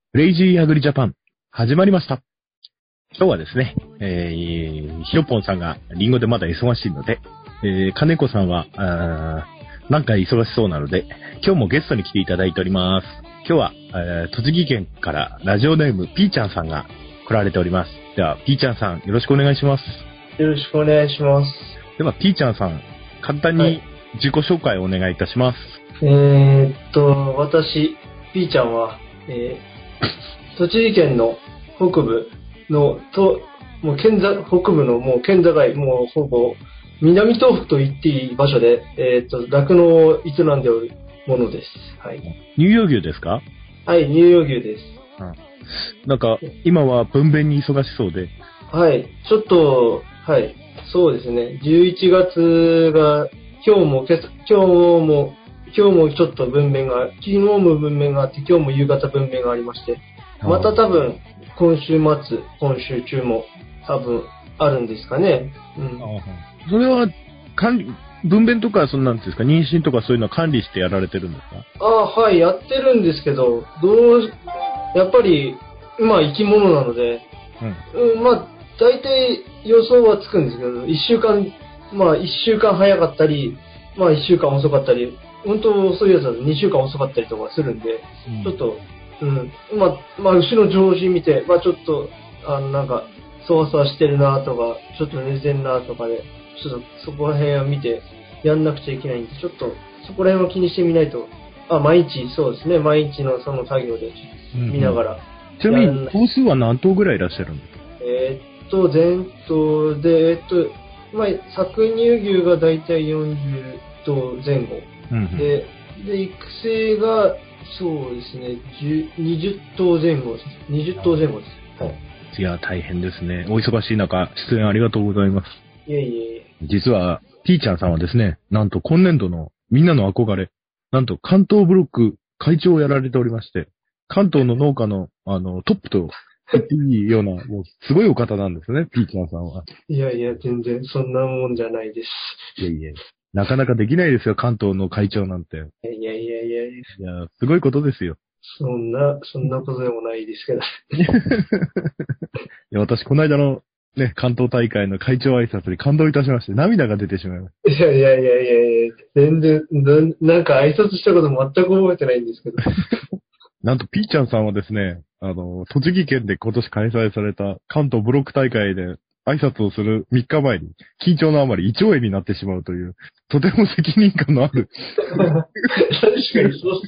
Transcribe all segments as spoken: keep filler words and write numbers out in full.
クレイジーアグリジャパン、始まりました。今日はですね、えー、ひよぽんさんがリンゴでまだ忙しいので、えー、金子さんは、あーなんか忙しそうなので、今日もゲストに来ていただいております。今日は、えー、栃木県からラジオネームピーちゃんさんが来られております。では、ピーちゃんさん、よろしくお願いします。 よろしくお願いします。 では、ピーちゃんさん、簡単に自己紹介をお願いいたします。 はい、えー、っと、私、ピーちゃんは、えー、栃木県の北部の、と、もう県ざ、北部のもう県境、もうほぼ南東北と言っていい場所で、えー、っと、酪農を営んでおるものです。はい。 乳幼牛ですか？ はい、乳幼牛です。 うん、なんか、今は分娩に忙しそうで。 はい、ちょっと、はい、そうですね。じゅういちがつが、今日も、今日も、今日もちょっと分娩が、昨日も分娩があって、今日も夕方分娩がありまして、また多分、今週末、今週中も多分あるんですかね。うん、 それは、管理、分娩とか、そんなんですか、妊娠とかそういうのは管理してやられてるんですか？ ああ、はい、やってるんですけど、どう、やっぱり、まあ生き物なので、うん、うん、まあ、大体予想はつくんですけど、一週間、まあ一週間早かったり、まあ一週間遅かったり、本当そういうやつだとにしゅうかん遅かったりとかするんで、うん、ちょっと、うん、まあ、まあ、牛の調子見て、まあちょっと、あの、なんか、そわそわしてるなとか、ちょっと寝てんなとかで、ちょっとそこら辺を見て、やんなくちゃいけないんで、ちょっと、そこら辺を気にしてみないと、あ、毎日、そうですね、毎日のその作業で見ながら。うんうん、ちなみに、頭数は何頭ぐらいいらっしゃるんですか？ えー、っと、前頭で、えー、っと、まあ、搾乳牛がだいたいよんじゅう頭前後。うんうん、で、で、育成が、そうですね、にじゅっ頭前後です。にじゅっ頭前後です。はい。 いや、大変ですね。お忙しい中、出演ありがとうございます。 いえいえいえ。 実は、ピーちゃんさんはですね、なんと今年度のみんなの憧れ、なんと関東ブロック会長をやられておりまして、関東の農家の、あの、トップと言っていいような、もう、すごいお方なんですね、ピーちゃんさんは。 いやいや、全然、そんなもんじゃないです。 いやいや。なかなかできないですよ、関東の会長なんて。 いやいやいやいや。いや、すごいことですよ。 そんな、そんなことでもないですけど。 いや、私、この間のね、関東大会の会長挨拶に感動いたしまして、涙が出てしまいました。 いやいやいやいやいや、全然、な、なんか挨拶したこと全く覚えてないんですけど。 なんと、ピーちゃんさんはですね、あの、栃木県で今年開催された関東ブロック大会で、挨拶をするみっかまえに、緊張のあまり胃腸炎になってしまうという、とても責任感のある。 確かにそう、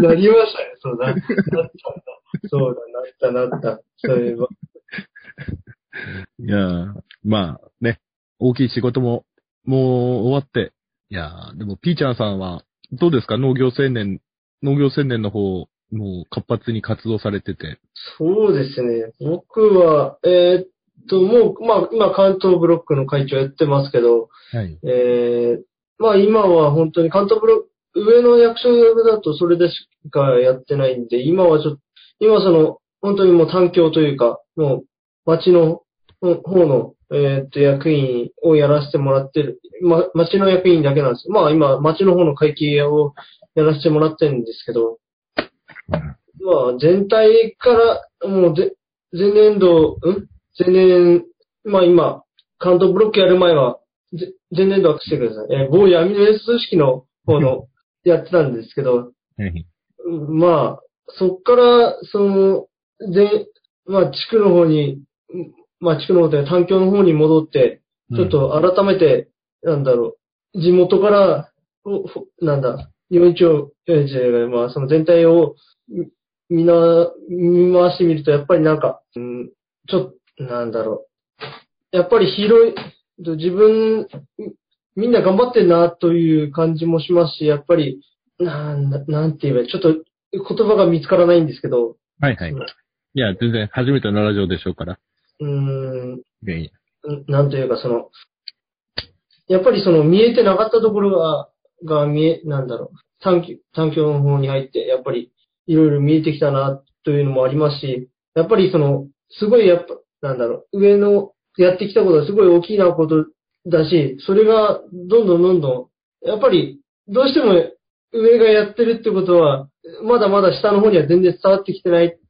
なりましたね、そうだ。なったな。そうだ、なったなった。そういえば。 いやー、まあね、大きい仕事も、もう終わって、いやー、でもピーちゃんさんは、どうですか、農業青年、農業青年の方、もう活発に活動されてて。 そうですね、僕は、えーと、もう、まあ、今、関東ブロックの会長やってますけど、はい。えー、まあ、今は本当に関東ブロック、上の役所だとそれでしかやってないんで、今はちょっと、今その、本当にもう単協というか、もう、町の方の、えー、と、役員をやらせてもらってる、ま、町の役員だけなんです。まあ、今、町の方の会計をやらせてもらってるんですけど、うん、まあ、全体から、もう、ぜ、前年度、ん前年、まあ今、関東ブロックやる前は、前年度はしてください。えー、某闇のエース組織の方の、やってたんですけど、まあ、そっから、その、で、まあ地区の方に、まあ地区の方で単協の方に戻って、ちょっと改めて、うん、なんだろう、地元から、なんだ、よんちょう、まあその全体を、みんな、見回してみると、やっぱりなんか、うん、ちょっと、なんだろう。やっぱり広い、自分、みんな頑張ってんなという感じもしますし、やっぱり、なんだ、なんて言えばいい、ちょっと言葉が見つからないんですけど。 はいはい。いや、全然初めてのラジオでしょうから。 うーん。なんというか、その、やっぱりその見えてなかったところが、が見え、なんだろう。短期、短距の方に入って、やっぱりいろいろ見えてきたなというのもありますし、やっぱりその、すごいやっぱ、なんだろう、上のやってきたことはすごい大きなことだし、それがどんどんどんどん、やっぱりどうしても上がやってるってことは、まだまだ下の方には全然伝わってきてないって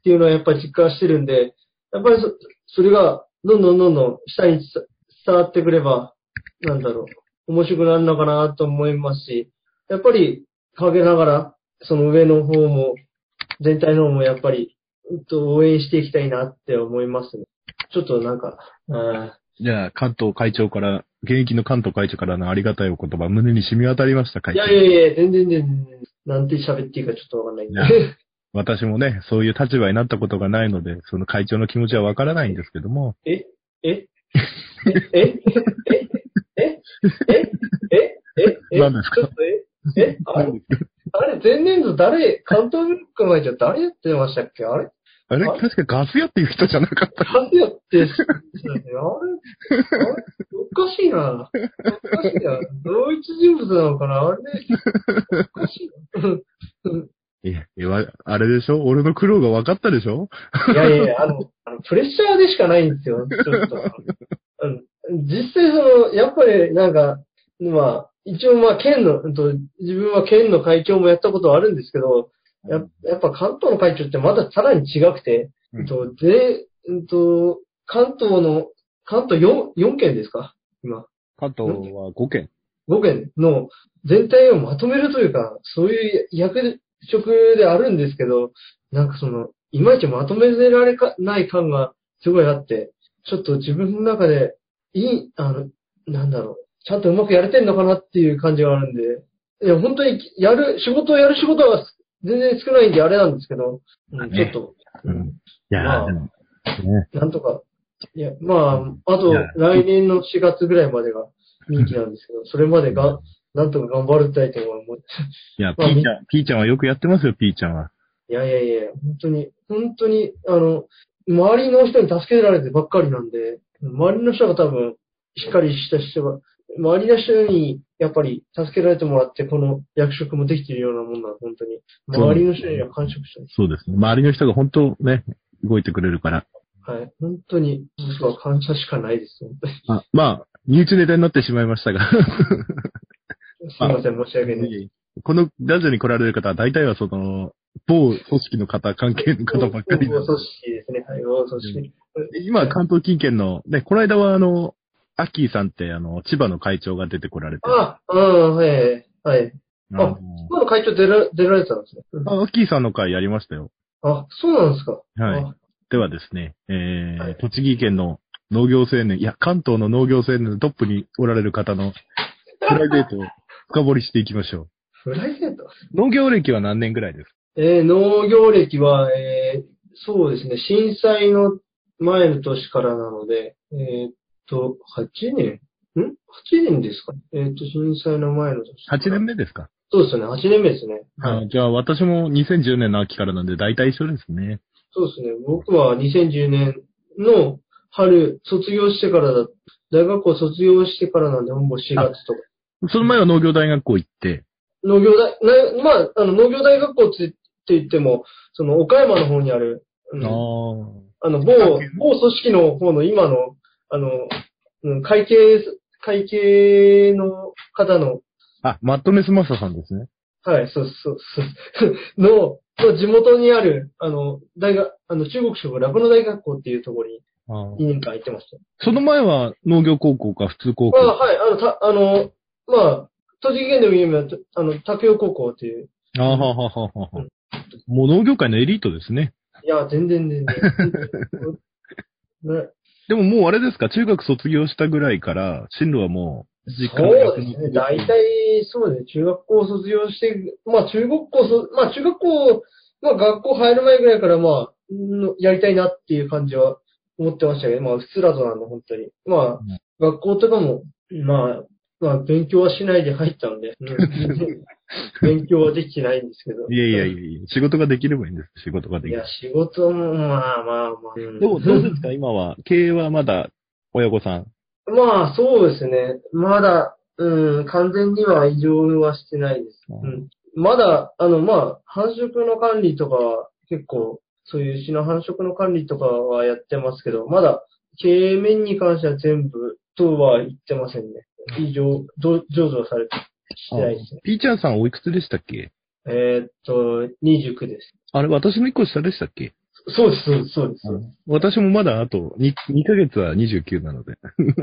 っていうのはやっぱり実感してるんで、やっぱりそ、それがどんどんどんどん下に伝わってくれば、なんだろう、面白くなるのかなと思いますし、やっぱり陰ながら、その上の方も、全体の方もやっぱり、うんと応援していきたいなって思いますね。ちょっとなんか、あじゃあ、関東会長から、現役の関東会長からのありがたいお言葉、胸に染み渡りました、会長。 いやいやいや、全然全然、なんて喋っていいかちょっとわかんないんで。 私もね、そういう立場になったことがないので、その会長の気持ちはわからないんですけども。 ええええええええええ何ですかええあれあれ前年度誰、関東ブロックの会長誰やってましたっけあれあれ確かガス屋っていう人じゃなかった。 ガス屋って、あれあれおかしいな。おかしいな。同一人物なのかなあれおかしいな。 いや、いや、あれでしょ俺の苦労が分かったでしょいやいやいや、あの、あのプレッシャーでしかないんですよ。ちょっと。あの実際その、やっぱりなんか、まあ、一応まあ県の、自分は県の会長もやったことはあるんですけど、ややっぱ関東の会長ってまださらに違くて、うんとでうんと関東の、関東 4, 4県ですか今。 関東はご県。 ご県の全体をまとめるというか、そういう役職であるんですけど、なんかその、いまいちまとめられかない感がすごいあって、ちょっと自分の中で、いい、あの、なんだろう、ちゃんとうまくやれてんのかなっていう感じがあるんで、いや、本当にやる、仕事をやる仕事は全然少ないんであれなんですけど、うん、ちょっと、 うん、いや、 まあ、 でも、ね、 なんとか、いや、まあ、あと来年のしがつぐらいまでが任期なんですけど、それまでが、なんとか頑張りたいと思う。 いや、ピーちゃん、ピーちゃんはよくやってますよ、ピーちゃんは。 いやいやいや、本当に、本当に、あの、周りの人に助けられてばっかりなんで、周りの人が多分、しっかりした人が、周りの人に、やっぱり助けられてもらって、この役職もできているようなもんなの、本当に。周りの人には感触したい。 そうですね。周りの人が本当ね、動いてくれるから。 はい。本当に、僕は感謝しかないです、本当に。 あ、まあ、身内ネタになってしまいましたが。 すいません、申し訳ない。 このラジオに来られる方は、大体はその、某組織の方、関係の方ばっかり。 某組織ですね。はい、某組織。 今、関東近県の、ね、この間はあの、アッキーさんって、あの、千葉の会長が出てこられて。 あ、うん、はい、はい。あ、千葉の会長出ら出られてたんですね。 あ、アッキーさんの会やりましたよ。 あ、そうなんですか。 はい。ではですね、えーはい、栃木県の農業青年、いや、関東の農業青年のトップにおられる方のプライベートを深掘りしていきましょう。 プライベート農業歴は何年ぐらいですか？ えー、農業歴は、えー、そうですね、震災の前の年からなので、えー、っと、はちねんん ?はち 年ですか？えー、っと、震災の前の年。 はちねんめですか？ そうですね、はちねんめですね。 はい。じゃあ、私もにせんじゅうねんの秋からなんで、大体一緒ですね。 そうですね、僕はにせんじゅうねんの春、卒業してからだ、大学校卒業してからなんで、ほぼしがつとか。 その前は農業大学校行って。 農業大、なまあ、あの、農業大学校って言っても、その、岡山の方にある、うん、ああの、某、某組織の方の今の、あの、うん、会計、会計の方の。 あ、マットネスマスターさんですね。 はい、そうそうそう。の、の地元にある、あの、大学、あの、中国省酪農大学校っていうところに、にねんかん行ってました。 その前は農業高校か普通高校？ あはい、あの、た、あの、まあ、栃木県でも有名な、あの、竹雄高校っていう。 ああ、はははは。もう農業界のエリートですね。 いや、全然全然。 ね、でももうあれですか、中学卒業したぐらいから、進路はもう、 実家そうですね。大体、そうですね。中学校卒業して、まあ中学校そ、まあ中学校、まあ学校入る前ぐらいからまあ、やりたいなっていう感じは思ってましたけど、まあうっすらとなんで本当に。まあ、うん、学校とかも、まあ、まあ勉強はしないで入ったんで、勉強はできてないんですけど。 いやいやいやいや、仕事ができればいいんです。仕事ができる。 いや、仕事も、まあまあまあ。 でもどうですか今は、経営はまだ親御さん。 まあ、そうですね。まだ、うん、完全には異常はしてないです。うん、まだ、あの、まあ、繁殖の管理とかは結構、そういう牛の繁殖の管理とかはやってますけど、まだ、経営面に関しては全部とは言ってませんね。異常、上場されてしてないですね。 ピーちゃんさんおいくつでしたっけ？ えー、っと、にじゅうきゅうです。 あれ、私の一個下でしたっけ？ そうです、そうです、そうです。 うん、私もまだあと 2, 2ヶ月はにじゅうきゅうなので。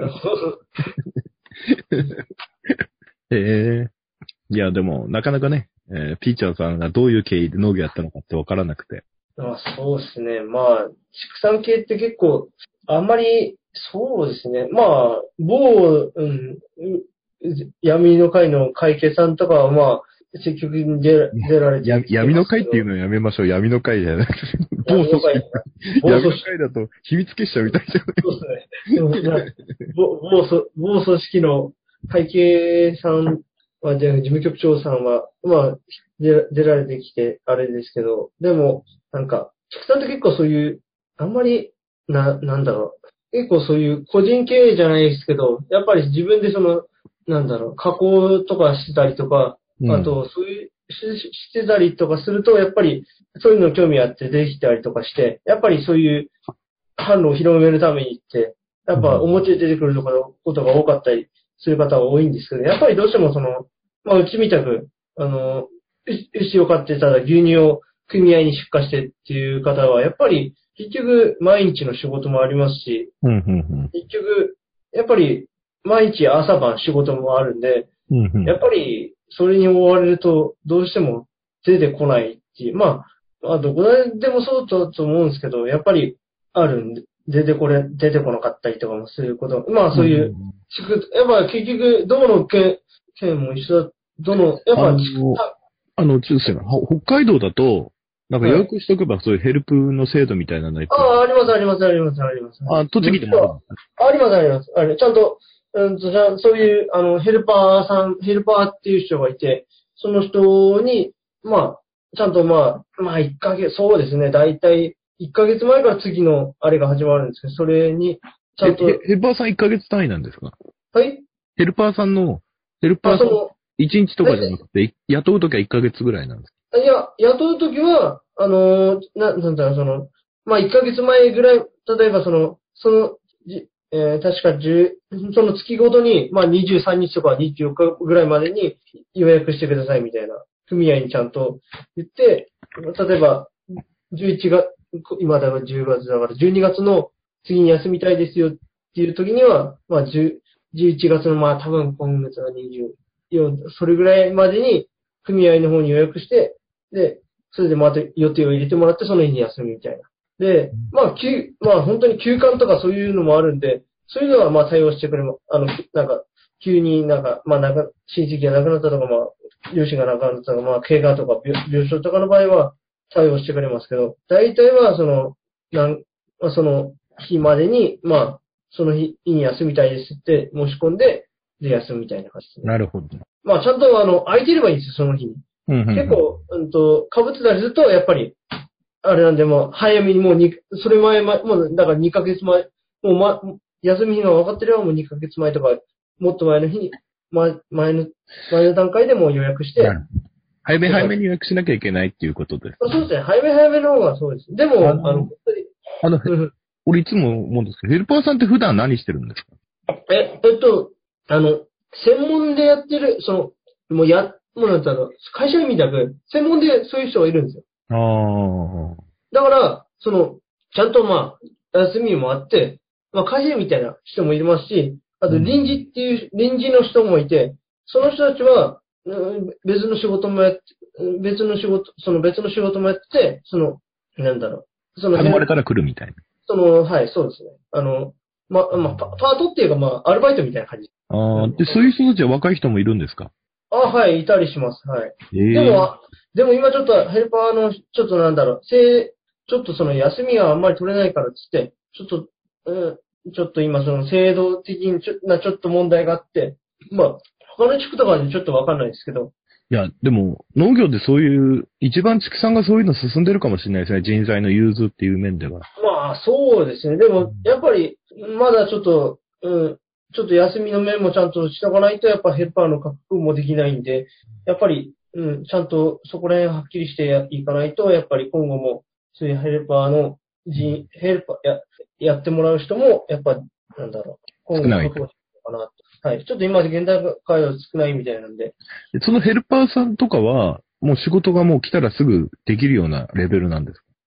ええー。いや、でも、なかなかね、えー、ピーチャーさんがどういう経緯で農業やったのかってわからなくて。 まあ、そうですね。まあ、畜産系って結構、あんまり、そうですね。まあ、某、うん、闇の会の会計さんとかは、まあ、積極的に出出られてる。闇の会っていうのをやめましょう。闇の会じゃない。某組織。闇の会だと秘密結社みたいじゃない。 そうですね。某某組織の会計さんは、じゃ事務局長さんは、まあ出、出られてきて、あれですけど、でも、なんか、畜産って結構そういう、あんまり、な、なんだろう。結構そういう個人経営じゃないですけど、やっぱり自分でその、なんだろう、加工とかしてたりとか、うん、あと、そういう、し、してたりとかすると、やっぱり、そういうの興味あって出てきたりとかして、やっぱりそういう販路を広めるためにって、やっぱ表で出てくるところ、ことが多かったりする方が多いんですけど、やっぱりどうしてもその、まあ、うちみたく、あの、牛を飼ってたら牛乳を組合に出荷してっていう方は、やっぱり結局毎日の仕事もありますし、 うんうんうん、 結局、やっぱり毎日朝晩仕事もあるんで、 うんうん、 やっぱりそれに追われるとどうしても出てこないっていう、まあ、まあ、どこでもそうだと思うんですけど、やっぱりあるんで、出てこれ、出てこなかったりとかもすること、まあそういう、うん、やっぱ結局、どの県、県も一緒だ、どの、やっぱ、 あの、あの、中世の、北海道だと、なんか予約しとけばそういうヘルプの制度みたいなの、はい、 ああ、あります、あります、あります、あります。 あ、栃木でもあります、あります。あれ、ちゃんと、うんと、じゃそういう、あの、ヘルパーさん、ヘルパーっていう人がいて、その人に、まあ、ちゃんとまあ、まあ、いっかげつ、そうですね、だいたいいっかげつまえから次のあれが始まるんですけど、それに、ちゃんと。 ヘルパーさんいっかげつ単位なんですか？ はい？ ヘルパーさんの、ヘルパーさんいちにちとかじゃなくて、雇うときはいっかげつぐらいなんですか？ いや、雇うときは、あのー、な、なんだろう、その、まあ、いっかげつまえぐらい、例えばその、その、じえー、確かじゅう、その月ごとに、まあ、にじゅうさんにちとかにじゅうよっかぐらいまでに予約してくださいみたいな、組合にちゃんと言って、例えば、じゅういちがつ、今だからじゅうがつだから、じゅうにがつの次に休みたいですよっていう時には、まあ、じゅういちがつの、まあ、多分今月はにじゅうよん、それぐらいまでに組合の方に予約して、で、それでまた予定を入れてもらって、その日に休みみたいな。で、まあ、休、まあ、本当に休館とかそういうのもあるんで、そういうのはまあ対応してくれま、あの、なんか、急になんか、まあ、なんか、親戚が亡くなったとか、まあ、両親が亡くなったとか、まあ、怪我とか病、病床とかの場合は対応してくれますけど、大体は、その、なん、その日までに、まあ、その日に休みたいですって申し込んで、で、休むみたいな感じですね。 なるほど。 まあ、ちゃんと、あの、空いてればいいんですよ、その日に。 うんうんうん、 結構、うんと、被ってたりすると、やっぱり、あれなんで、もう、早めにもうに、それ前、ま、もう、だからにかげつまえ、もうま、休み日が分かってればもうにかげつまえとか、もっと前の日に、ま、前の、前の段階でもう予約して。 早め早めに予約しなきゃいけないっていうことです。 そうですね。早め早めの方がそうです。でも、あの、あの、 あの俺いつも思うんですけど、ヘルパーさんって普段何してるんですか？ え、えっと、あの、専門でやってる、その、もうや、もうなんだろう、会社員みたく、専門でそういう人がいるんですよ。 ああ。 だから、その、ちゃんとまあ、休みもあって、まあ、会社員みたいな人もいますし、あと臨時っていう、臨時の人もいて、その人たちは、別の仕事もやって、別の仕事、その別の仕事もやってて、その、なんだろう。その、 始まれたら来るみたいな。 その、はい、そうですね。あの、ま、まあ、パートっていうか、まあ、アルバイトみたいな感じ。 ああ、で、そういう人たちは若い人もいるんですか？ あ、はい、いたりします。はい。 えー、 でも、でも今ちょっとヘルパーの、ちょっとなんだろう、せちょっとその休みがあんまり取れないからっつって、ちょっと、うん、ちょっと今その制度的にちょなちょっと問題があって、まあ、他の地区とかでちょっとわかんないですけど。 いや、でも、農業でそういう、一番畜産がそういうの進んでるかもしれないですね。人材の融通っていう面では。 まあ、そうですね。でも、やっぱり、まだちょっと、うん、ちょっと休みの面もちゃんとしとかないと、やっぱヘルパーの確保もできないんで、やっぱり、うん、ちゃんとそこら辺はっきりしていかないと、やっぱり今後も、そういうヘルパーの人、ヘルパーや、やってもらう人も、やっぱ、なんだろう、今後も確保していくのかなと。はい。ちょっと今、現代会話少ないみたいなんで。 そのヘルパーさんとかは、もう仕事がもう来たらすぐできるようなレベルなんですか？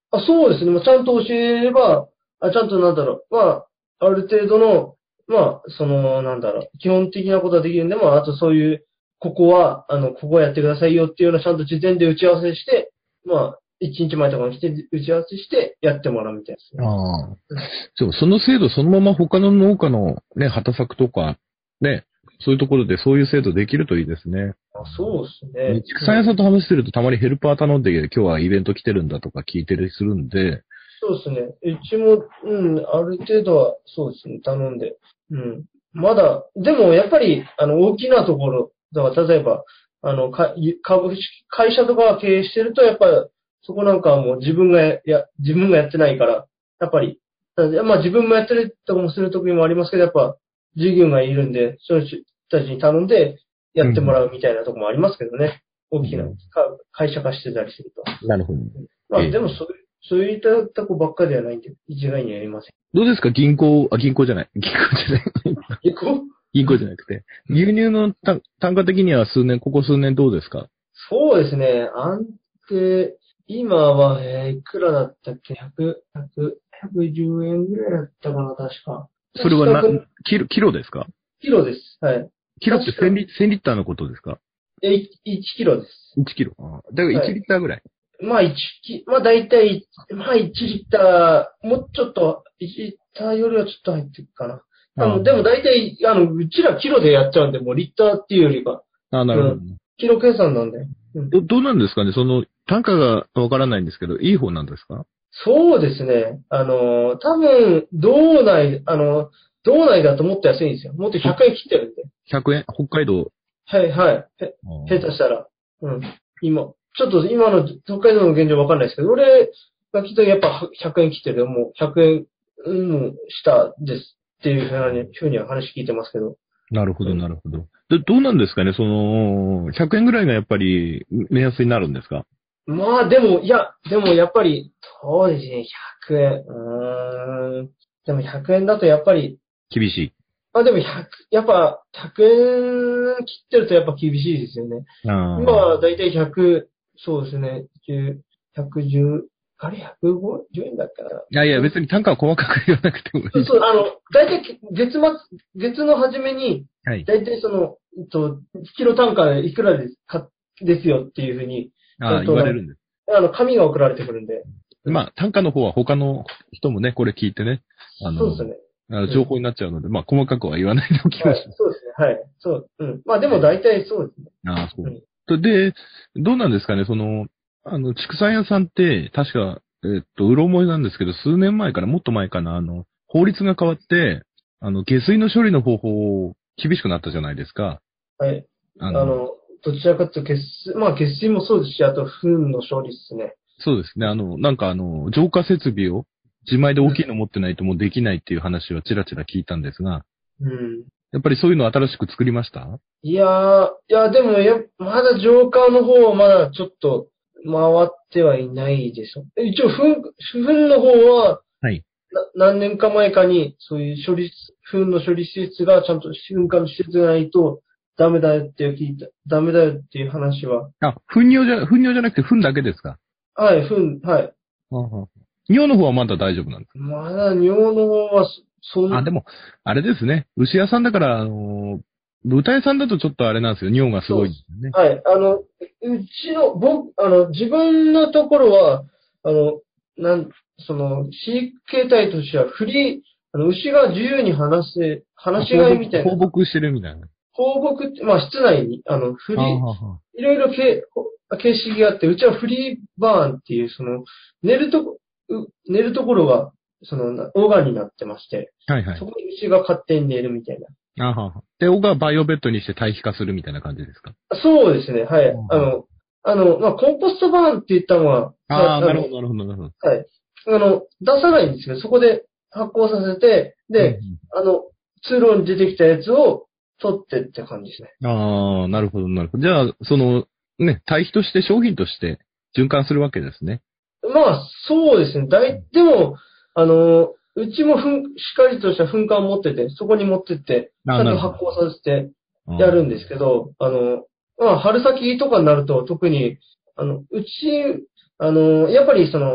あ、そうですね。まあ、ちゃんと教えれば、あ、ちゃんとなんだろう。まあ、ある程度の、まあ、その、なんだろう。基本的なことはできるんで、まあ、あとそういう、ここは、あの、ここやってくださいよっていうのをちゃんと事前で打ち合わせして、まあ、一日前とかに来て打ち合わせしてやってもらうみたいですね。 ああ。そう、その制度そのまま他の農家のね、畑作とか、ね、そういうところでそういう制度できるといいですね。 あ、そうですね。 畜産屋さんと話してるとたまにヘルパー頼んで今日はイベント来てるんだとか聞いてるするんで。 そうですね。うちも、うん、ある程度はそうですね、頼んで。うん。まだ、でもやっぱり、あの、大きなところ、だから例えば、あの、か株式、会社とかが経営してると、やっぱり、そこなんかはもう自分がや、自分がやってないから、やっぱり、まあ自分もやってるとかもするときもありますけど、やっぱ、従業員がいるんで、その人たちに頼んでやってもらうみたいなところもありますけどね。うん、大きな、会社化してたりすると。 なるほど。 まあでもそういう、そういったとこばっかりではないんで、一概にはやりません。 どうですか銀行、あ、銀行じゃない。銀行じゃない。 銀行銀行じゃなくて。牛乳の単価的には数年、ここ数年どうですか？ そうですね。安定、今は、えー、いくらだったっけ ?ひゃく、ひゃく、ひゃくじゅうえんぐらいだったかな、確か。 それはな、キロ、キロですか？ キロです。はい。 キロってせんリッターのことですか？ え、いちキロです。 いちキロ。ああ。だからいちリッターぐらい。 はい、まあいちキ、まあ大体、まあいちリッター、もうちょっと、いちリッターよりはちょっと入ってるかな。あの、でも大体、あの、うちらキロでやっちゃうんで、もうリッターっていうよりか。 ああ、なるほど、うん。 キロ計算なんで。 うん、ど、どうなんですかねその、単価がわからないんですけど、いい方なんですか？ そうですね。あの、多分、道内、あの、道内だともっと安いんですよ。もっとひゃくえん切ってるんで。 ひゃくえん北海道。 はいはい。へ、下手したら。うん。今、ちょっと今の北海道の現状わかんないですけど、俺が聞いたらやっぱひゃくえん切ってる。もうひゃくえん、うん、下ですっていうふうに、ふうには話聞いてますけど。 なるほど、なるほど。で、どうなんですかねその、ひゃくえんぐらいがやっぱり目安になるんですか？ まあでも、いや、でもやっぱり、そうですね、ひゃくえん。うーん。でもひゃくえんだとやっぱり。 厳しい。 あ、でもひゃく、やっぱひゃくえん切ってるとやっぱ厳しいですよね。今はだいたいひゃく、そうですね、ひゃくじゅう、あれひゃくごじゅうえんだっけな。いやいや、別に単価は細かく言わなくてもいい。 そう、あの、だいたい月末、月の初めに、 はい。 だいたいその、えっと、キロ単価いくらですか、ですよっていうふうに、 ああ、言われるんです。 あの、紙が送られてくるんで。 まあ、単価の方は他の人もね、これ聞いてね、 あの、そうですね。 あの情報になっちゃうので、うん、まあ、細かくは言わないでおきましょう、はい。 そうですね。はい。そう。うん。まあ、でも大体そうですね。 ああ、そう。うん、で、どうなんですかね、その、あの、畜産屋さんって、確か、えっと、うろ覚えなんですけど、数年前から、もっと前かな、あの、法律が変わって、あの、下水の処理の方法、厳しくなったじゃないですか。 はい。あの、あのどちらかというと、血水、まあ、血水もそうですし、あと、糞の処理ですね。 そうですね。あの、なんかあの、浄化設備を自前で大きいの持ってないともうできないっていう話はちらちら聞いたんですが。 うん。 やっぱりそういうの新しく作りました？ いやー、いや、でもや、まだ浄化の方はまだちょっと回ってはいないでしょ。一応、糞、糞の方は、 はい。 何年か前かに、そういう処理、糞の処理施設が、ちゃんと糞化の施設がないと、ダメだよって聞いた、ダメだよっていう話は。 あ、糞尿じゃ、糞尿じゃなくて糞だけですか？ はい、糞、はい。 尿の方はまだ大丈夫なんですか？ まだ尿の方は、そんあ、でも、あれですね。牛屋さんだから、あの、豚屋さんだとちょっとあれなんですよ。尿がすごいんですよね。 はい。あの、うちの、僕、あの、自分のところは、あの、なん、その、飼育形態としては、フリー、あの、牛が自由に話せ、話し飼いみたいな。 放牧してるみたいな。 放牧って、まあ、室内に、あの、フリー、いろいろ形、形式があって、うちはフリーバーンっていう、その、寝るとこ、寝るところが、その、オーガンになってまして、 はいはい。 そこに牛が勝手に寝るみたいな。 あはは。で、オーガバイオベッドにして堆肥化するみたいな感じですか？ そうですね、はい。あの、あの、まあ、コンポストバーンって言ったのは、 ああ、なるほど、なるほど、なるほど。 はい。あの、出さないんですけど、そこで発酵させて、で、うん、あの、通路に出てきたやつを取ってって感じですね。 ああ、なるほど、なるほど。じゃあ、その、ね、堆肥として商品として循環するわけですね。 まあ、そうですね。だい、でも、あの、うちもふん、しっかりとした噴火を持ってて、そこに持ってって、ちゃんと発酵させてやるんですけど、あの、まあ、春先とかになると特に、あの、うち、あの、やっぱりその、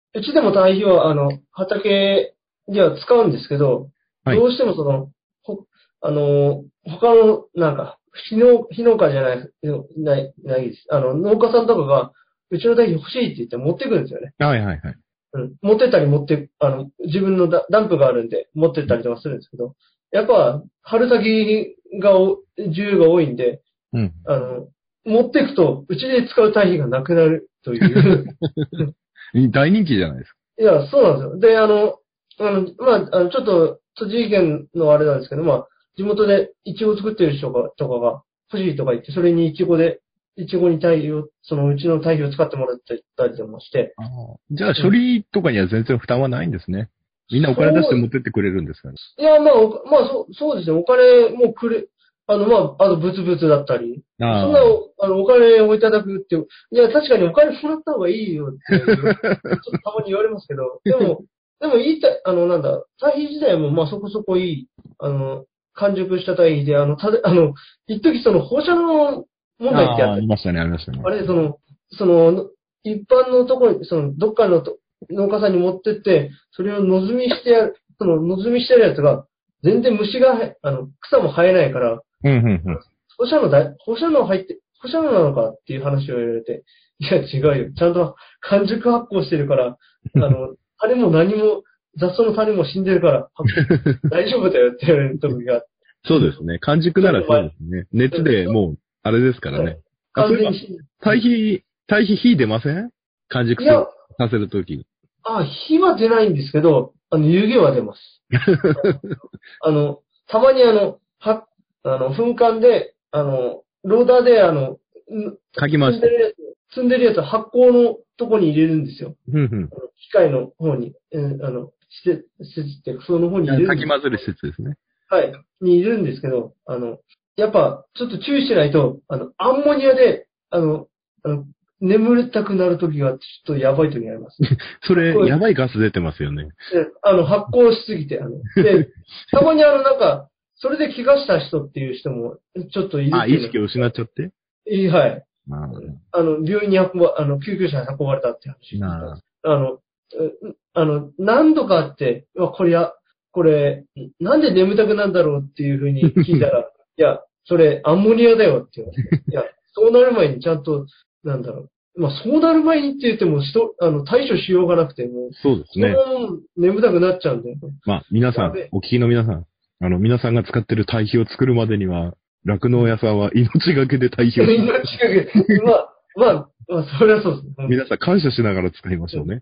うちでも堆肥は、あの、畑では使うんですけど、はい、どうしてもその、ほ、あの、他の、なんか、非農、非農家じゃない、ない、ないです。あの、農家さんとかが、うちの堆肥欲しいって言って持ってくるんですよね。 はいはいはい。 うん。持ってったり持って、あの、自分のダダンプがあるんで、持ってったりとかするんですけど、やっぱ、春先が、需要が多いんで、 うん。 あの、持っていくと、うちで使う堆肥がなくなるという。 大人気じゃないですか。 いや、そうなんですよ。で、あの、あの、まあ、あの、ちょっと、栃木県のあれなんですけど、まあ、地元でイチゴ作ってる人が、とかが欲しいとか言って、それにイチゴで、イチゴに堆肥を、そのうちの堆肥を使ってもらってたりとかして。 ああ、じゃあ処理とかには全然負担はないんですね。みんなお金出して持ってってくれるんですかね。 いや、まあ、まあ、そう、そうですね。お金もくれ、あの、まあ、あと、ブツブツだったり。 あそんな、あの、お金をいただくって、いや、確かにお金もらった方がいいよっていう、ちょっとたまに言われますけど、でも、でも、いいた、あの、なんだ、堆肥自体も、まあ、そこそこいい、あの、完熟した堆肥で、あの、たで、あの、一時その放射能問題ってあった。 ありましたね、ありましたね。 あれ、その、その、一般のところに、その、どっかのと農家さんに持ってって、それをのずみしてやる、その、のずみしてるやつが、全然虫が、あの、草も生えないから、 うんうんうん。 放射能だ、放射能入って、放射能なのかっていう話を言われて、いや違うよ。ちゃんと完熟発酵してるから、あの、種も何も、雑草の種も死んでるから、大丈夫だよって言われる時が。 そうですね。完熟ならそうですね。熱でもう、あれですからね。 完全に死んでる。 堆肥、堆肥火出ません？完熟させるとき。 あ、火は出ないんですけど、あの、湯気は出ます。あの、たまにあの、は、あの、噴火で、あの、ローダーで、あの、 かき回して。 積んでるやつ、発酵のとこに入れるんですよ。 うんうん、 機械の方に、えー、あの、施設、施設って、その方に入れる。 かき混ぜる施設ですね。 はい。にいるんですけど、あの、やっぱ、ちょっと注意しないと、あの、アンモニアで、あの、あの眠りたくなるときは、ちょっとやばいときあります。 それ、やばいガス出てますよね。 あの、発酵しすぎて、あの、で、たまにあの、なんか、それで怪我した人っていう人も、ちょっといる。 あ、意識を失っちゃってはい。 まあ、 あの、病院に運ば、あの、救急車に運ばれたって話。 なあの、あの、何度かあって、これや、これ、なんで眠たくなるんだろうっていうふうに聞いたら、いや、それ、アンモニアだよって言われて。いや、そうなる前にちゃんと、なんだろう。まあ、そうなる前にって言っても、人、あの、対処しようがなくても、 そうですね。 そのまま眠たくなっちゃうんだよ。 まあ、皆さん、お聞きの皆さん、あの、皆さんが使ってる堆肥を作るまでには、酪農屋さんは命がけで堆肥を。 命がけ。まあ、まあ、まあ、それはそうですね。 皆さん感謝しながら使いましょうね。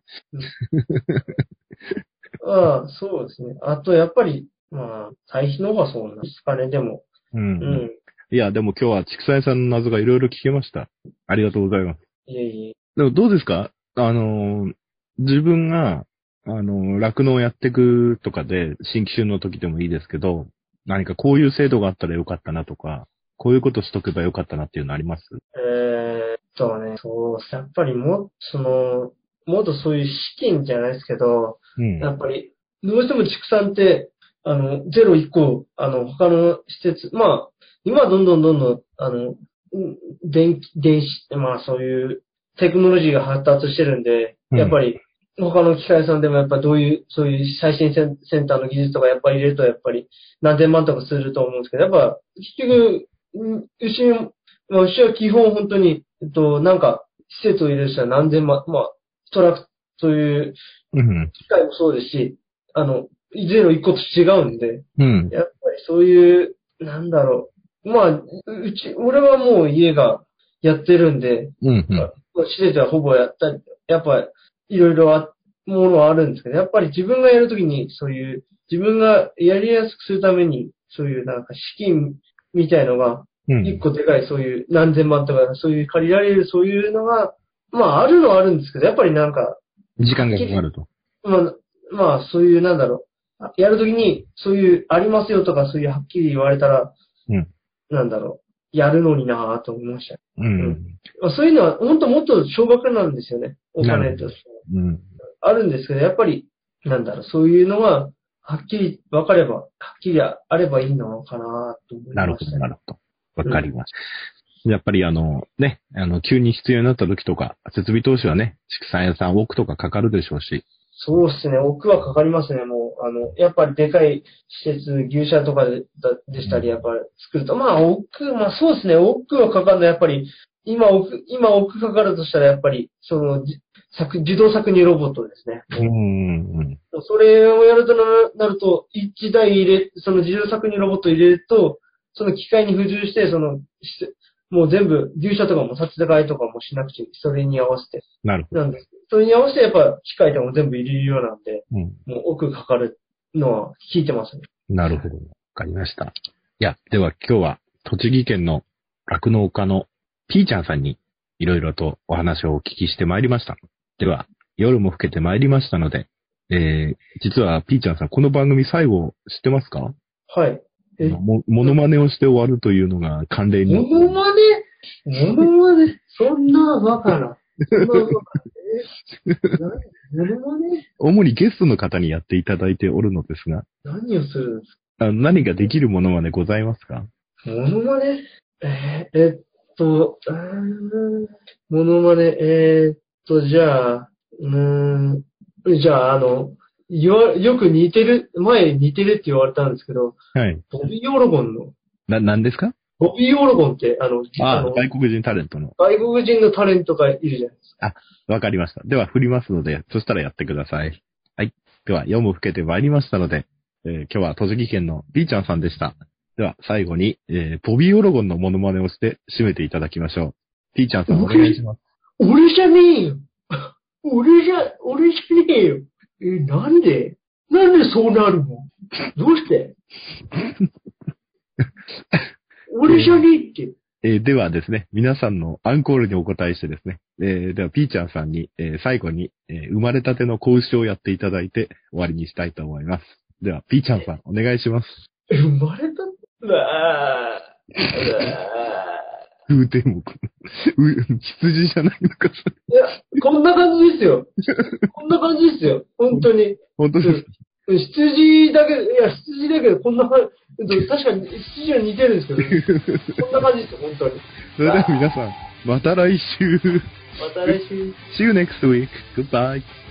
ああ、そうですね。あと、やっぱり、まあ、堆肥の方がそうなんですかね、でも。 うん。うん。いや、でも今日は畜産屋さんの謎がいろいろ聞けました。ありがとうございます。 いえいえ。 でもどうですか？あの、自分が、あの、酪農をやっていくとかで、新規就の時でもいいですけど、何かこういう制度があったらよかったなとか、こういうことしとけばよかったなっていうのあります？ えーっとね、そう、やっぱりも、その、もっとそういう資金じゃないですけど、うん、やっぱり、どうしても畜産って、あの、ゼロ一個、あの、他の施設、まあ、今はどんどんどんどん、あの、電気、電子、まあそういうテクノロジーが発達してるんで、うん、やっぱり、他の機械屋さんでもやっぱどういう、そういう最新センターの技術とかやっぱり入れるとやっぱり何千万とかすると思うんですけど、やっぱ結局、牛、まあ牛は基本本当に、えっと、なんか施設を入れる人は何千万、まあ、トラック、そういう機械もそうですし、あの、ゼロ一個と違うんで、うん、やっぱりそういう、なんだろう、まあ、うち、俺はもう家がやってるんで、うんうん、施設はほぼやったり、やっぱいろいろあ、ものはあるんですけど、やっぱり自分がやるときにそういう、自分がやりやすくするために、そういうなんか資金みたいのが、一個でかいそういう何千万とか、そういう借りられるそういうのが、まああるのはあるんですけど、やっぱりなんか、 時間がかかると。 まあ、まあそういうなんだろう、やるときにそういうありますよとかそういうはっきり言われたら、うん、なんだろう、やるのになぁと思いました。うん。うん、そういうのは本当もっと少額なんですよね、お金として。うん。あるんですけど、やっぱり、なんだろう、そういうのが、はっきり分かれば、はっきりあればいいのかなと思いました、ね。 なるほど、なるほど。わかりました。 やっぱりあの、ね、あの、急に必要になった時とか、設備投資はね、畜産屋さん、億とかかかるでしょうし。 そうですね、億はかかりますね、もう。あの、やっぱりでかい施設、牛舎とかででしたり、やっぱり作ると。まあ、億、まあそうですね、億はかかるのはやっぱり、今億、今億かかるとしたらやっぱり、その、作自動搾乳ロボットですね。 うんうん。 それをやるとなると、一台入れ、その自動搾乳ロボット入れると、その機械に付従して、その、もう全部、牛舎とかも殺害とかもしなくて、それに合わせて。 なるほど。 なんです。それに合わせてやっぱ機械とかも全部入れるようなんで、 うん、 もう奥かかるのは聞いてますね。 なるほど。わかりました。いや、では今日は栃木県の酪農家のピーちゃんさんにいろいろとお話をお聞きしてまいりました。では、夜も更けてまいりましたので、えー、実はピーちゃんさん、この番組最後知ってますか？ はい。 えも、モノマネをして終わるというのが慣例に。 モノマネモノマネそんなバカな。そんなバカな。えモノマネ主にゲストの方にやっていただいておるのですが。 何をするんですか？あ何ができるモノマネございますか？ モノマネえー、えっと、うーんモノマネ、えー、っと、じゃあ、うーん、じゃあ、あの、言わ、よく似てる、前似てるって言われたんですけど、 はい。 ボビー・オロゴンの。 な、何ですか？ ボビー・オロゴンって、あの、 ああの外国人タレントの。 外国人のタレントがいるじゃないですか。 あ、わかりました。では振りますので、そしたらやってください。はい。では、夜も更けてまいりましたので、えー、今日は栃木県のピーちゃんさんでした。では、最後に、えー、ボビー・オロゴンのモノマネをして締めていただきましょう。ピーちゃんさんお願いします。 俺じゃねえよ。俺じゃ、俺じゃねえよ。え、なんでなんでそうなるの？どうして俺じゃねえって。 えー、ではですね、皆さんのアンコールにお答えしてですね、えー、では、ピーちゃんさんに、えー、最後に、えー、生まれたての子牛をやっていただいて終わりにしたいと思います。では、ピーちゃんさん、お願いします。 生まれたうわぁ。うわぁ。うでも、羊じゃないのか。 いや、こんな感じですよ。こんな感じですよ。本当に。 本当です。 羊だけ、いや、羊だけど、こんな、確かに羊は似てるんですけど、こんな感じですよ、本当に。 それでは皆さん、また来週。 また来週。 See you next week. Goodbye.